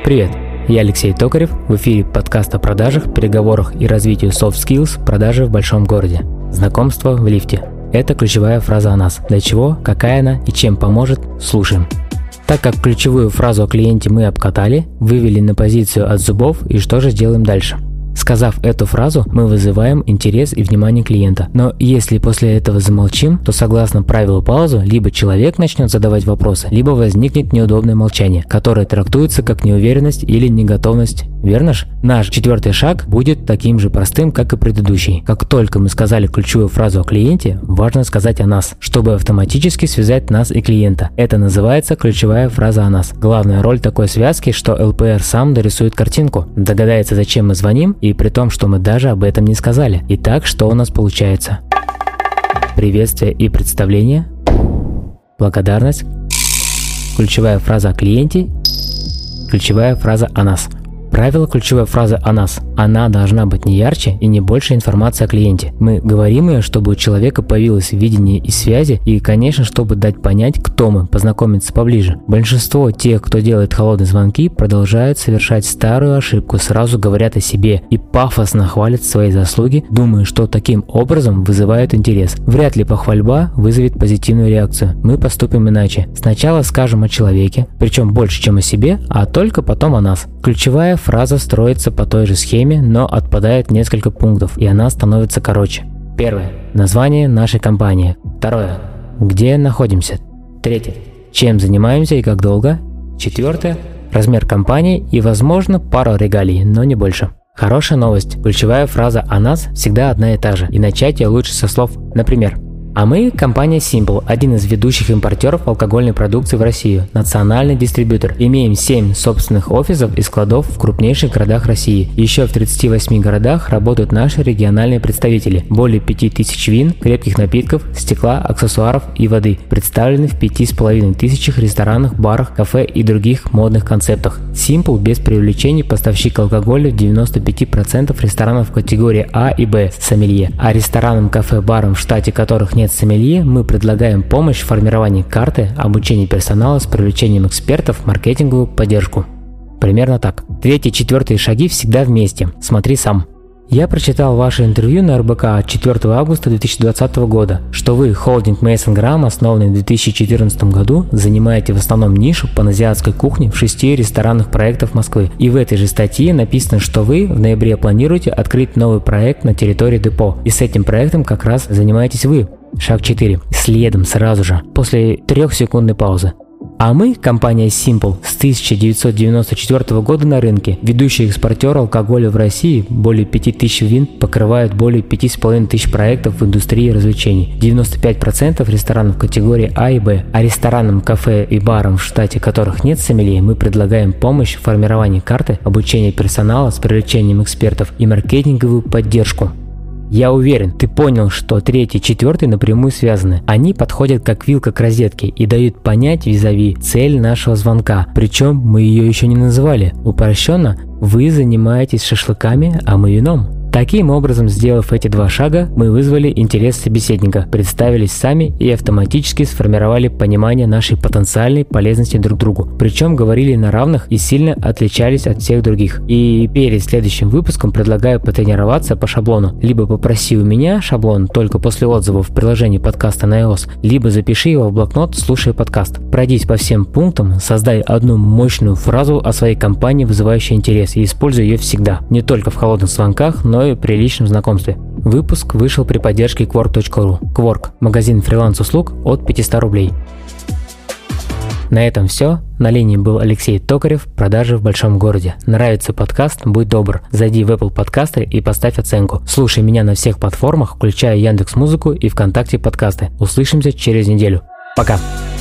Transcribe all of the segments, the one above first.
Привет, я Алексей Токарев, в эфире подкаст о продажах, переговорах и развитию soft skills продажи в большом городе. Знакомство в лифте. Это ключевая фраза о нас. Для чего, какая она и чем поможет, слушаем. Так как ключевую фразу о клиенте мы обкатали, вывели на позицию от зубов, и что же делаем дальше? Сказав эту фразу, мы вызываем интерес и внимание клиента. Но если после этого замолчим, то согласно правилу паузы, либо человек начнет задавать вопросы, либо возникнет неудобное молчание, которое трактуется как неуверенность или неготовность. Верно ж? Наш 4-й шаг будет таким же простым, как и предыдущий. Как только мы сказали ключевую фразу о клиенте, важно сказать о нас, чтобы автоматически связать нас и клиента. Это называется ключевая фраза о нас. Главная роль такой связки, что ЛПР сам дорисует картинку, догадается, зачем мы звоним, и при том, что мы даже об этом не сказали. Итак, что у нас получается? Приветствие и представление, благодарность, ключевая фраза о клиенте, ключевая фраза о нас. Правило ключевой фразы о нас. Она должна быть не ярче и не больше информации о клиенте. Мы говорим ее, чтобы у человека появилось видение и связи, и, конечно, чтобы дать понять, кто мы, познакомиться поближе. Большинство тех, кто делает холодные звонки, продолжают совершать старую ошибку, сразу говорят о себе и пафосно хвалят свои заслуги, думая, что таким образом вызывают интерес. Вряд ли похвальба вызовет позитивную реакцию. Мы поступим иначе. Сначала скажем о человеке, причем больше, чем о себе, а только потом о нас. Ключевая фраза строится по той же схеме, но отпадает несколько пунктов, и она становится короче. Первое. Название нашей компании. Второе. Где находимся. Третье. Чем занимаемся и как долго. Четвертое. Размер компании и, возможно, пару регалий, но не больше. Хорошая новость. Ключевая фраза о нас всегда одна и та же, и начать ее лучше со слов, например: а мы – компания Simple, один из ведущих импортеров алкогольной продукции в Россию, национальный дистрибьютор. Имеем 7 собственных офисов и складов в крупнейших городах России. Еще в 38 городах работают наши региональные представители. Более 5000 вин, крепких напитков, стекла, аксессуаров и воды. Представлены в 5500 ресторанах, барах, кафе и других модных концептах. Simple без преувеличений поставщик алкоголя в 95% ресторанов категории А и Б сомелье. А ресторанам, кафе, барам, в штате которых нет сомелье, мы предлагаем помощь в формировании карты, обучении персонала с привлечением экспертов, маркетинговую поддержку. Примерно так. 3-4 шаги всегда вместе. Смотри сам. Я прочитал ваше интервью на РБК от 4 августа 2020 года, что вы, холдинг Mason Graham, основанный в 2014 году, занимаете в основном нишу паназиатской кухни в 6 ресторанных проектах Москвы. И в этой же статье написано, что вы в ноябре планируете открыть новый проект на территории депо. И с этим проектом как раз занимаетесь вы. Шаг 4. Следом сразу же, после 3-секундной паузы. А мы, компания Simple, с 1994 года на рынке, ведущий экспортер алкоголя в России, более 5000 вин, покрывают более 5500 проектов в индустрии развлечений, 95% ресторанов категории А и Б, а ресторанам, кафе и барам, в штате которых нет сомелье, мы предлагаем помощь в формировании карты, обучение персонала с привлечением экспертов и маркетинговую поддержку. Я уверен, ты понял, что 3-4 напрямую связаны. Они подходят как вилка к розетке и дают понять визави цель нашего звонка. Причем мы ее еще не называли. Упрощенно, вы занимаетесь шашлыками, а мы вином. Таким образом, сделав эти 2 шага, мы вызвали интерес собеседника, представились сами и автоматически сформировали понимание нашей потенциальной полезности друг другу. Причем говорили на равных и сильно отличались от всех других. И перед следующим выпуском предлагаю потренироваться по шаблону. Либо попроси у меня шаблон только после отзывов в приложении подкаста на iOS, либо запиши его в блокнот, слушая подкаст. Пройдись по всем пунктам, создай одну мощную фразу о своей компании, вызывающую интерес, и используй ее всегда. Не только в холодных звонках, но и при личном знакомстве. Выпуск вышел при поддержке Quark.ru. Quark – магазин фриланс-услуг от 500 рублей. На этом все. На линии был Алексей Токарев, продажи в большом городе. Нравится подкаст? Будь добр, зайди в Apple подкасты и поставь оценку. Слушай меня на всех платформах, включая Яндекс.Музыку и ВКонтакте подкасты. Услышимся через неделю. Пока!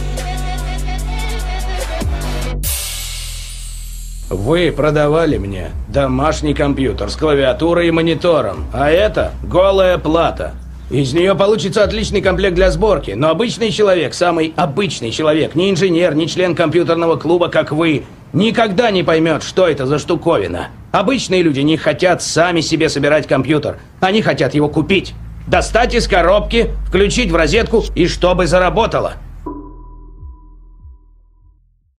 Вы продавали мне домашний компьютер с клавиатурой и монитором, а это голая плата. Из нее получится отличный комплект для сборки, но обычный человек, самый обычный человек, не инженер, не член компьютерного клуба, как вы, никогда не поймет, что это за штуковина. Обычные люди не хотят сами себе собирать компьютер, они хотят его купить, достать из коробки, включить в розетку и чтобы заработало.